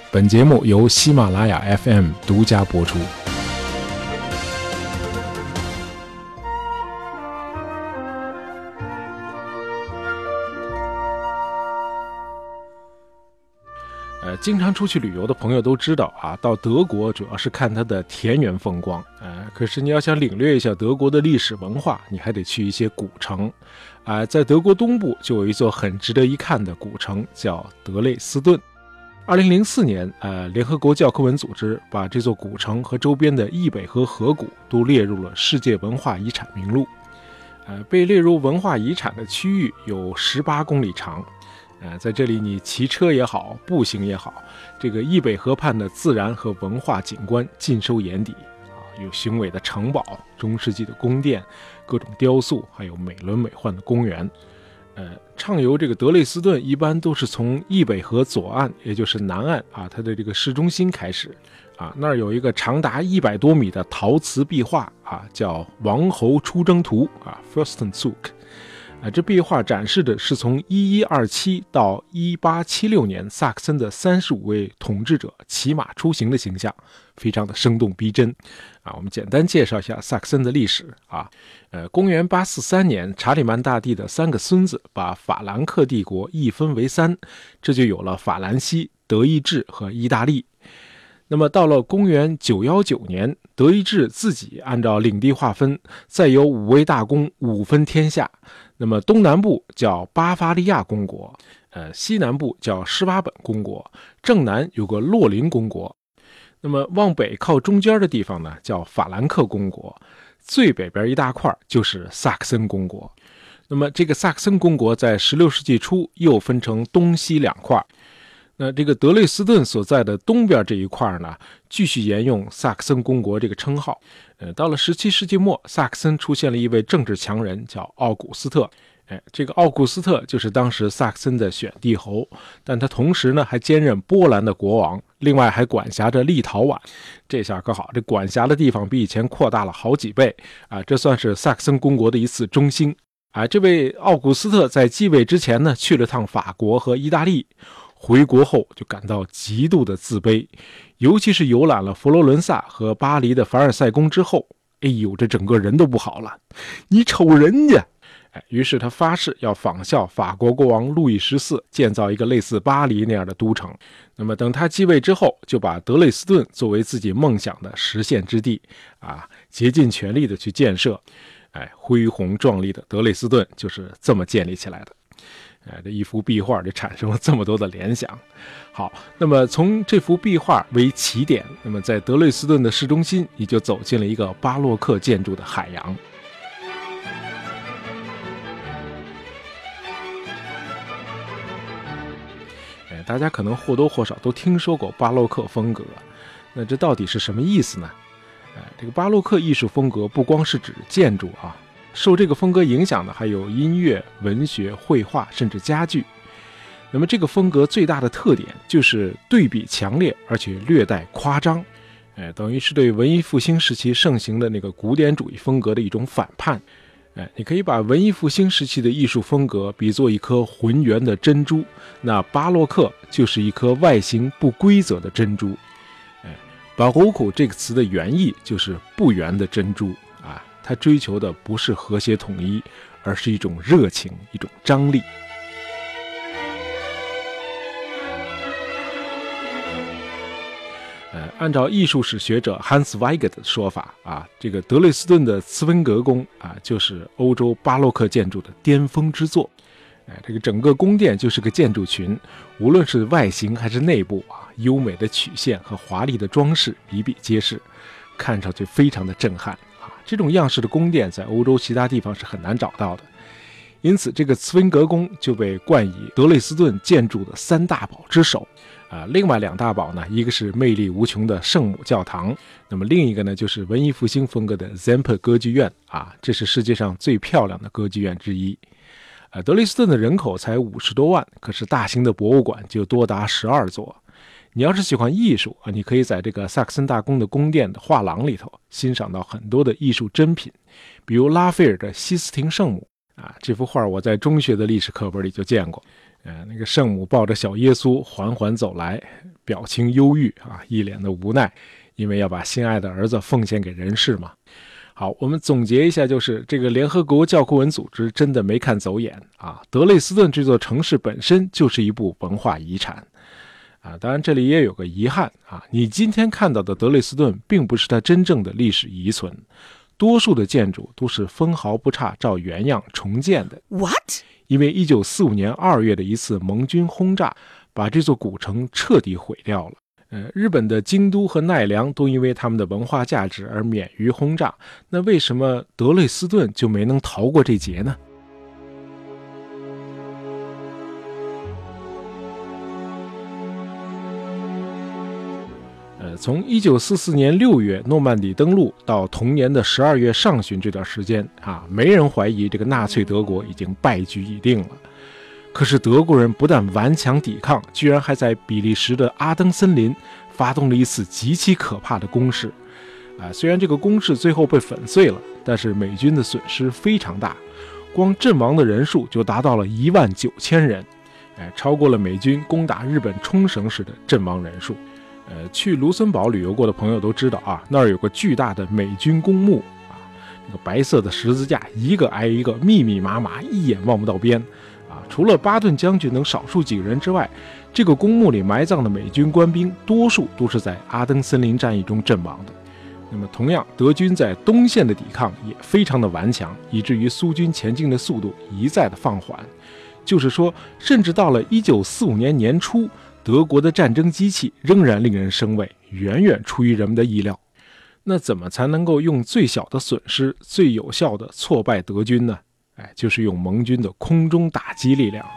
本节目由喜马拉雅 FM 独家播出。经常出去旅游的朋友都知道啊，到德国主要是看它的田园风光。可是你要想领略一下德国的历史文化，你还得去一些古城。在德国东部就有一座很值得一看的古城，叫德累斯顿。2004年，联合国教科文组织把这座古城和周边的易北河河谷都列入了世界文化遗产名录。被列入文化遗产的区域有18公里长。在这里你骑车也好，步行也好，这个易北河畔的自然和文化景观尽收眼底。有雄伟的城堡、中世纪的宫殿、各种雕塑，还有美轮美奂的公园。畅游这个德累斯顿一般都是从易北河左岸，也就是南岸它的这个市中心开始。那儿有一个长达100多米的陶瓷壁画叫《王侯出征图》Fürstenzug。这壁画展示的是从1127到1876年萨克森的35位统治者骑马出行的形象，非常的生动逼真。我们简单介绍一下萨克森的历史公元843年，查理曼大帝的3个孙子把法兰克帝国一分为3，这就有了法兰西、德意志和意大利。那么到了公元919年，德意志自己按照领地划分，再由5位大公5分天下。那么东南部叫巴伐利亚公国，西南部叫施瓦本公国，正南有个洛林公国。那么往北靠中间的地方呢，叫法兰克公国，最北边一大块就是萨克森公国。那么这个萨克森公国在16世纪初又分成东西2块。那这个德累斯顿所在的东边这一块呢，继续沿用萨克森公国这个称号。到了17世纪末，萨克森出现了一位政治强人，叫奥古斯特。这个奥古斯特就是当时萨克森的选帝侯，但他同时呢还兼任波兰的国王，另外还管辖着立陶宛。这下可好，这管辖的地方比以前扩大了好几倍这算是萨克森公国的一次中兴。这位奥古斯特在继位之前呢，去了趟法国和意大利。回国后就感到极度的自卑，尤其是游览了佛罗伦萨和巴黎的凡尔赛宫之后，这整个人都不好了。你瞅人家！于是他发誓要仿效法国国王路易14，建造一个类似巴黎那样的都城。那么等他继位之后，就把德累斯顿作为自己梦想的实现之地竭尽全力的去建设。恢宏壮丽的德累斯顿就是这么建立起来的。这一幅壁画就产生了这么多的联想。好，那么从这幅壁画为起点，那么在德累斯顿的市中心，你就走进了一个巴洛克建筑的海洋。大家可能或多或少都听说过巴洛克风格，那这到底是什么意思呢？这个巴洛克艺术风格不光是指建筑受这个风格影响的还有音乐、文学、绘画，甚至家具。那么这个风格最大的特点就是对比强烈，而且略带夸张，等于是对文艺复兴时期盛行的那个古典主义风格的一种反叛。你可以把文艺复兴时期的艺术风格比作一颗浑圆的珍珠，那巴洛克就是一颗外形不规则的珍珠。巴洛克这个词的原意就是不圆的珍珠它追求的不是和谐统一，而是一种热情，一种张力。按照艺术史学者 Hans Weigel 的说法这个德累斯顿的茨温格宫就是欧洲巴洛克建筑的巅峰之作。这个整个宫殿就是个建筑群，无论是外形还是内部优美的曲线和华丽的装饰比比皆是，看上去非常的震撼。这种样式的宫殿在欧洲其他地方是很难找到的，因此这个茨温格宫就被冠以德累斯顿建筑的3大宝之首。另外2大宝呢，一个是魅力无穷的圣母教堂，那么另一个呢就是文艺复兴风格的 Semper 歌剧院这是世界上最漂亮的歌剧院之一。德累斯顿的人口才50多万，可是大型的博物馆就多达12座。你要是喜欢艺术你可以在这个萨克森大公的宫殿的画廊里头欣赏到很多的艺术珍品，比如拉斐尔的西斯廷圣母这幅画我在中学的历史课本里就见过。 那个圣母抱着小耶稣缓缓走来，表情忧郁啊，一脸的无奈，因为要把心爱的儿子奉献给人世嘛。好，我们总结一下，就是这个联合国教科文组织真的没看走眼啊！德累斯顿这座城市本身就是一部文化遗产啊。当然这里也有个遗憾啊，你今天看到的德累斯顿并不是它真正的历史遗存，多数的建筑都是分毫不差照原样重建的。 What？ 因为1945年2月的一次盟军轰炸把这座古城彻底毁掉了。日本的京都和奈良都因为他们的文化价值而免于轰炸，那为什么德累斯顿就没能逃过这劫呢？从1944年6月诺曼底登陆到同年的12月上旬这段时间啊，没人怀疑这个纳粹德国已经败局已定了。可是德国人不但顽强抵抗，居然还在比利时的阿登森林发动了一次极其可怕的攻势。虽然这个攻势最后被粉碎了，但是美军的损失非常大，光阵亡的人数就达到了19000人，超过了美军攻打日本冲绳时的阵亡人数。去卢森堡旅游过的朋友都知道啊，那儿有个巨大的美军公墓啊，那个白色的十字架一个挨一个，密密麻麻，一眼望不到边。除了巴顿将军等少数几个人之外，这个公墓里埋葬的美军官兵多数都是在阿登森林战役中阵亡的。那么同样，德军在东线的抵抗也非常的顽强，以至于苏军前进的速度一再的放缓。就是说，甚至到了1945年年初，德国的战争机器仍然令人生畏，远远出于人们的意料。那怎么才能够用最小的损失最有效的挫败德军呢？就是用盟军的空中打击力量。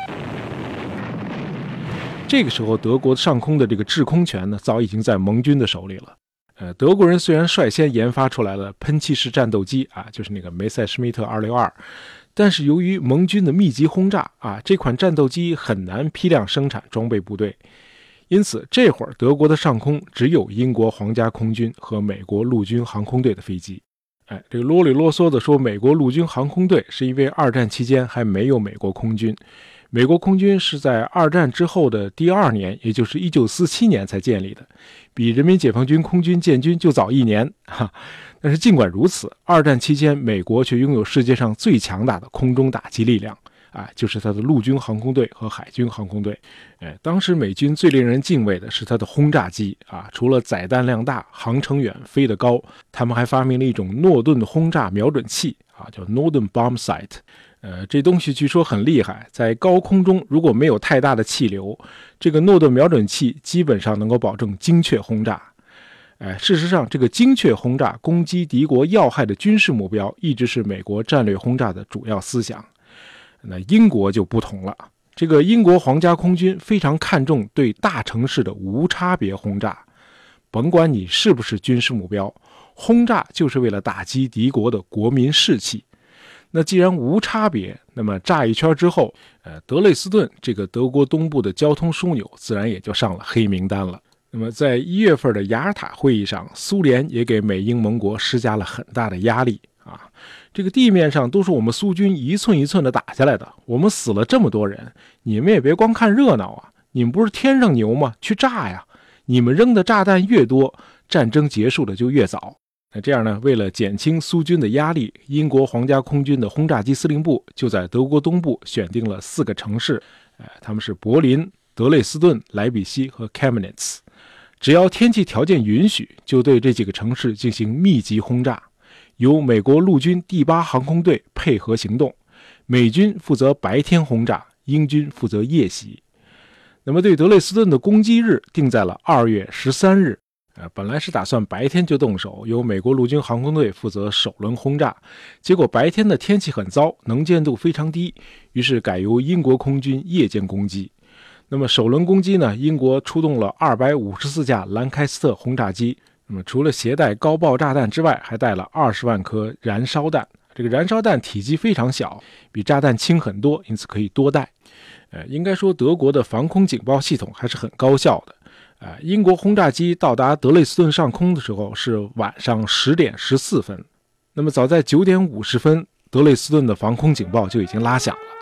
这个时候，德国上空的这个制空权呢，早已经在盟军的手里了。德国人虽然率先研发出来了喷气式战斗机啊，就是那个梅塞施密特262，但是由于盟军的密集轰炸啊，这款战斗机很难批量生产装备部队，因此这会儿德国的上空只有英国皇家空军和美国陆军航空队的飞机。这个啰里啰嗦的说美国陆军航空队，是因为二战期间还没有美国空军，美国空军是在二战之后的第2年，也就是1947年才建立的，比人民解放军空军建军就早1年但是尽管如此，二战期间美国却拥有世界上最强大的空中打击力量，就是它的陆军航空队和海军航空队。当时美军最令人敬畏的是它的轰炸机除了载弹量大、航程远、飞得高，他们还发明了一种诺顿轰炸瞄准器叫 Norden Bomb Sight。这东西据说很厉害，在高空中如果没有太大的气流，这个诺顿瞄准器基本上能够保证精确轰炸。事实上，这个精确轰炸攻击敌国要害的军事目标，一直是美国战略轰炸的主要思想。那英国就不同了，这个英国皇家空军非常看重对大城市的无差别轰炸，甭管你是不是军事目标，轰炸就是为了打击敌国的国民士气。那既然无差别，那么炸一圈之后，德累斯顿这个德国东部的交通枢纽自然也就上了黑名单了。那么在1月份的雅尔塔会议上，苏联也给美英盟国施加了很大的压力这个地面上都是我们苏军一寸一寸的打下来的，我们死了这么多人，你们也别光看热闹你们不是天上牛吗？去炸呀！你们扔的炸弹越多，战争结束的就越早。那这样呢，为了减轻苏军的压力，英国皇家空军的轰炸机司令部就在德国东部选定了4个城市，他们是柏林、德累斯顿、莱比锡和 Chemnitz。只要天气条件允许，就对这几个城市进行密集轰炸。由美国陆军第8航空队配合行动，美军负责白天轰炸，英军负责夜袭。那么对德累斯顿的攻击日定在了2月13日。本来是打算白天就动手，由美国陆军航空队负责首轮轰炸，结果白天的天气很糟，能见度非常低，于是改由英国空军夜间攻击。那么首轮攻击呢，英国出动了254架兰开斯特轰炸机，那么除了携带高爆炸弹之外，还带了20万颗燃烧弹。这个燃烧弹体积非常小，比炸弹轻很多，因此可以多带。应该说德国的防空警报系统还是很高效的。英国轰炸机到达德累斯顿上空的时候是晚上10点14分，那么早在9点50分，德累斯顿的防空警报就已经拉响了。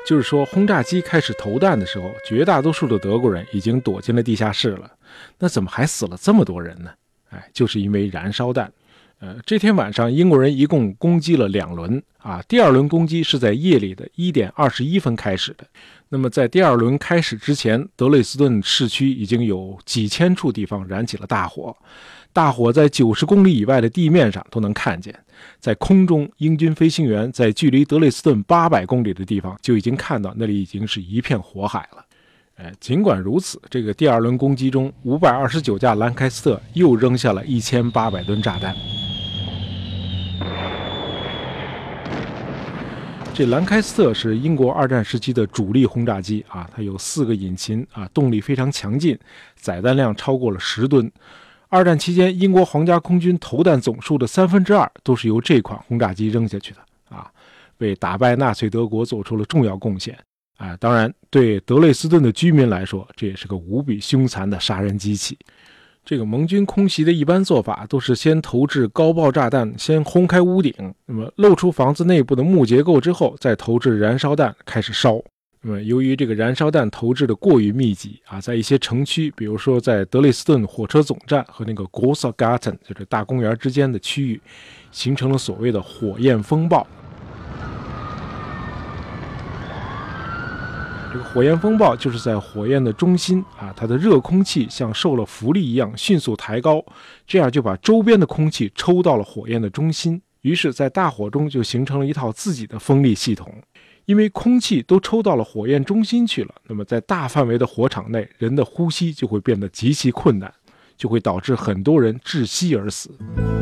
就是说轰炸机开始投弹的时候，绝大多数的德国人已经躲进了地下室了。那怎么还死了这么多人呢？就是因为燃烧弹。这天晚上英国人一共攻击了2轮第二轮攻击是在夜里的1点21分开始的。那么在第二轮开始之前，德累斯顿市区已经有几千处地方燃起了大火，大火在90公里以外的地面上都能看见。在空中，英军飞行员在距离德累斯顿800公里的地方就已经看到那里已经是一片火海了。尽管如此，这个第二轮攻击中529架兰开斯特又扔下了1800吨炸弹。这兰开斯特是英国二战时期的主力轰炸机它有4个引擎动力非常强劲，载弹量超过了10吨。二战期间，英国皇家空军投弹总数的2/3都是由这款轰炸机扔下去的为打败纳粹德国做出了重要贡献当然，对德累斯顿的居民来说，这也是个无比凶残的杀人机器。这个盟军空袭的一般做法都是先投掷高爆炸弹，先轰开屋顶，那么露出房子内部的木结构之后，再投掷燃烧弹开始烧。那么由于这个燃烧弹投掷的过于密集在一些城区，比如说在德累斯顿火车总站和那个 Großgarten 就是大公园之间的区域，形成了所谓的火焰风暴。这个火焰风暴就是在火焰的中心它的热空气像受了浮力一样迅速抬高，这样就把周边的空气抽到了火焰的中心，于是在大火中就形成了一套自己的风力系统。因为空气都抽到了火焰中心去了，那么在大范围的火场内，人的呼吸就会变得极其困难，就会导致很多人窒息而死。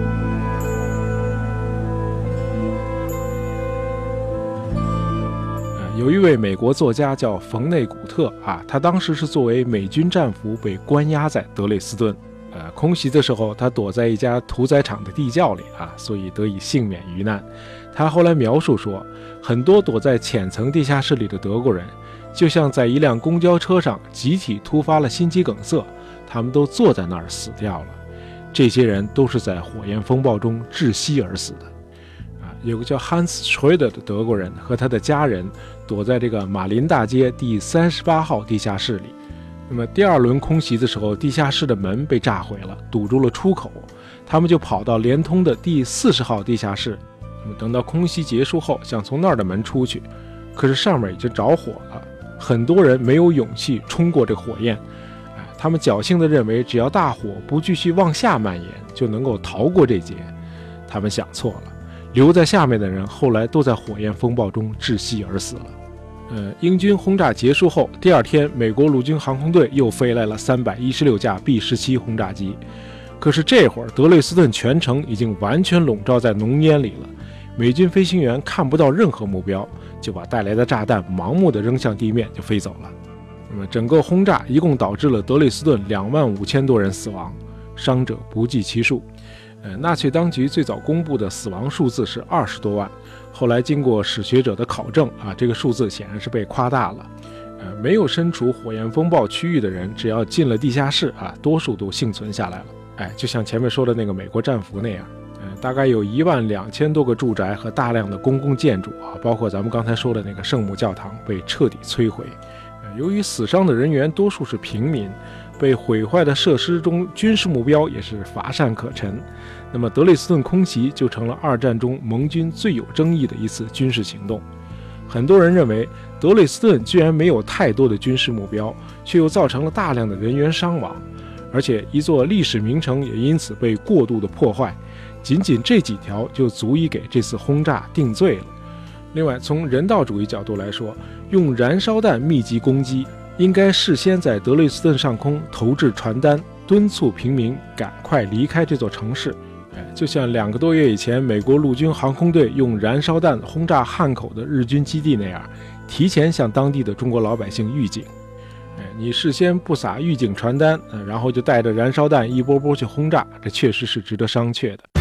有一位美国作家叫冯内古特他当时是作为美军战俘被关押在德累斯顿。空袭的时候，他躲在一家屠宰场的地窖里所以得以幸免于难。他后来描述说，很多躲在浅层地下室里的德国人，就像在一辆公交车上集体突发了心肌梗塞，他们都坐在那儿死掉了。这些人都是在火焰风暴中窒息而死的。有个叫 Hans Schröder 的德国人和他的家人躲在这个马林大街第38号地下室里。那么第二轮空袭的时候，地下室的门被炸毁了，堵住了出口，他们就跑到连通的第40号地下室。那么等到空袭结束后，想从那儿的门出去，可是上面已经着火了，很多人没有勇气冲过这火焰。他们侥幸地认为只要大火不继续往下蔓延，就能够逃过这劫。他们想错了，留在下面的人后来都在火焰风暴中窒息而死了。英军轰炸结束后，第二天美国陆军航空队又飞来了316架 B-17 轰炸机。可是这会儿德累斯顿全城已经完全笼罩在浓烟里了，美军飞行员看不到任何目标，就把带来的炸弹盲目地扔向地面就飞走了。那么整个轰炸一共导致了德累斯顿25000多人死亡，伤者不计其数。纳粹当局最早公布的死亡数字是20多万，后来经过史学者的考证这个数字显然是被夸大了。没有身处火焰风暴区域的人，只要进了地下室多数都幸存下来了。就像前面说的那个美国战俘那样，大概有12000多个住宅和大量的公共建筑包括咱们刚才说的那个圣母教堂被彻底摧毁。由于死伤的人员多数是平民，被毁坏的设施中军事目标也是乏善可陈，那么德累斯顿空袭就成了二战中盟军最有争议的一次军事行动。很多人认为德累斯顿居然没有太多的军事目标，却又造成了大量的人员伤亡，而且一座历史名城也因此被过度的破坏，仅仅这几条就足以给这次轰炸定罪了。另外，从人道主义角度来说，用燃烧弹密集攻击，应该事先在德累斯顿上空投掷传单，敦促平民赶快离开这座城市。就像2个多月以前美国陆军航空队用燃烧弹轰炸汉口的日军基地那样，提前向当地的中国老百姓预警。你事先不撒预警传单，然后就带着燃烧弹一波波去轰炸，这确实是值得商榷的。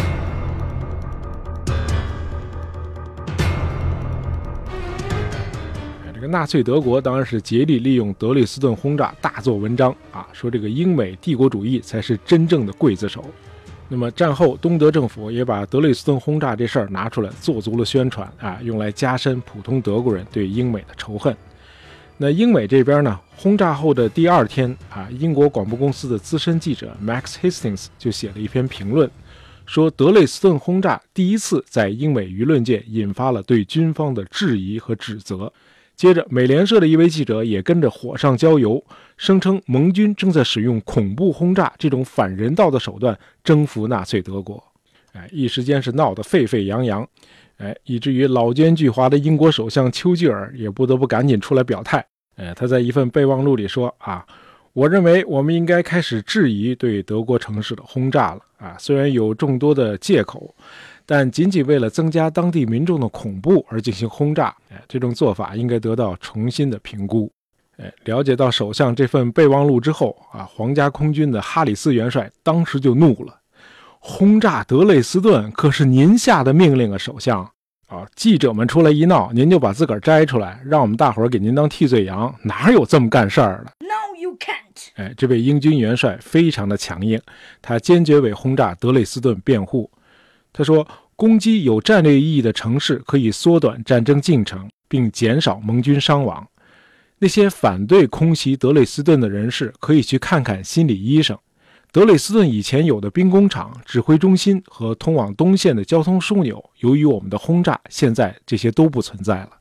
纳粹德国当然是竭力利用德累斯顿轰炸大做文章说这个英美帝国主义才是真正的刽子手。 那么战后东德政府也把德累斯顿轰炸这事儿拿出来做足了宣传用来加深普通德国人对英美的仇恨。那英美这边呢，轰炸后的第2天英国广播公司的资深记者 Max Hastings 就写了一篇评论，说德累斯顿轰炸第一次在英美舆论界引发了对军方的质疑和指责。接着美联社的一位记者也跟着火上浇油，声称盟军正在使用恐怖轰炸这种反人道的手段征服纳粹德国。一时间是闹得沸沸扬扬，以至于老奸巨猾的英国首相丘吉尔也不得不赶紧出来表态。他在一份备忘录里说我认为我们应该开始质疑对德国城市的轰炸了虽然有众多的借口，但仅仅为了增加当地民众的恐怖而进行轰炸，这种做法应该得到重新的评估。了解到首相这份备忘录之后皇家空军的哈里斯元帅当时就怒了，轰炸德累斯顿可是您下的命令首相记者们出来一闹，您就把自个儿摘出来，让我们大伙儿给您当替罪羊，哪有这么干事儿的？ No, you can't. 这位英军元帅非常的强硬，他坚决为轰炸德累斯顿辩护。他说，攻击有战略意义的城市可以缩短战争进程，并减少盟军伤亡。那些反对空袭德累斯顿的人士可以去看看心理医生。德累斯顿以前有的兵工厂、指挥中心和通往东线的交通枢纽，由于我们的轰炸，现在这些都不存在了。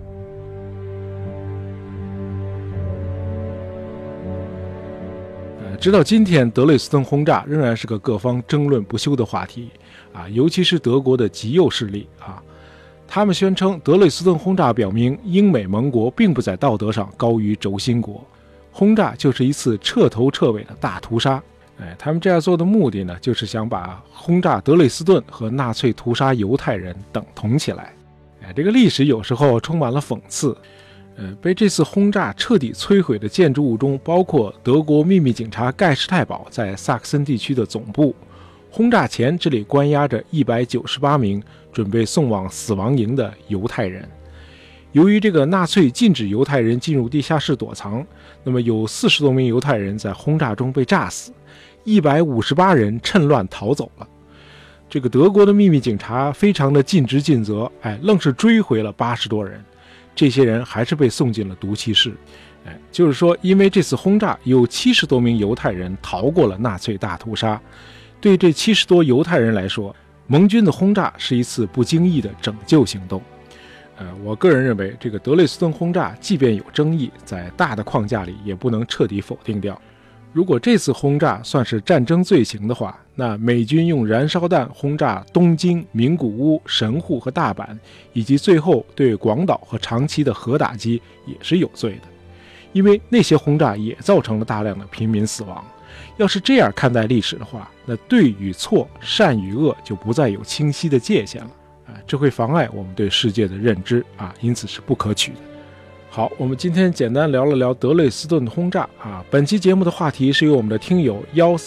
直到今天，德累斯顿轰炸仍然是个各方争论不休的话题尤其是德国的极右势力他们宣称德累斯顿轰炸表明英美盟国并不在道德上高于轴心国，轰炸就是一次彻头彻尾的大屠杀。他们这样做的目的呢，就是想把轰炸德累斯顿和纳粹屠杀犹太人等同起来。这个历史有时候充满了讽刺。被这次轰炸彻底摧毁的建筑物中，包括德国秘密警察盖世太保在萨克森地区的总部。轰炸前，这里关押着198名准备送往死亡营的犹太人。由于这个纳粹禁止犹太人进入地下室躲藏，那么有40多名犹太人在轰炸中被炸死，158人趁乱逃走了。这个德国的秘密警察非常的尽职尽责，愣是追回了80多人。这些人还是被送进了毒气室。就是说，因为这次轰炸，有70多名犹太人逃过了纳粹大屠杀。对这70多犹太人来说，盟军的轰炸是一次不经意的拯救行动。我个人认为，这个德累斯顿轰炸即便有争议，在大的框架里也不能彻底否定掉。如果这次轰炸算是战争罪行的话，那美军用燃烧弹轰炸东京、名古屋、神户和大阪，以及最后对广岛和长崎的核打击也是有罪的，因为那些轰炸也造成了大量的平民死亡。要是这样看待历史的话，那对与错、善与恶就不再有清晰的界限了这会妨碍我们对世界的认知因此是不可取的。好，我们今天简单聊了聊德累斯顿轰炸本期节目的话题是由我们的听友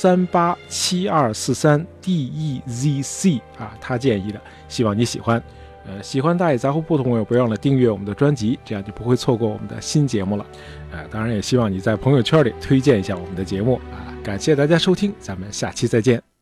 1387243DEZC他建议的，希望你喜欢。喜欢大野杂货铺的朋友，不要忘了订阅我们的专辑，这样就不会错过我们的新节目了。当然也希望你在朋友圈里推荐一下我们的节目感谢大家收听，咱们下期再见。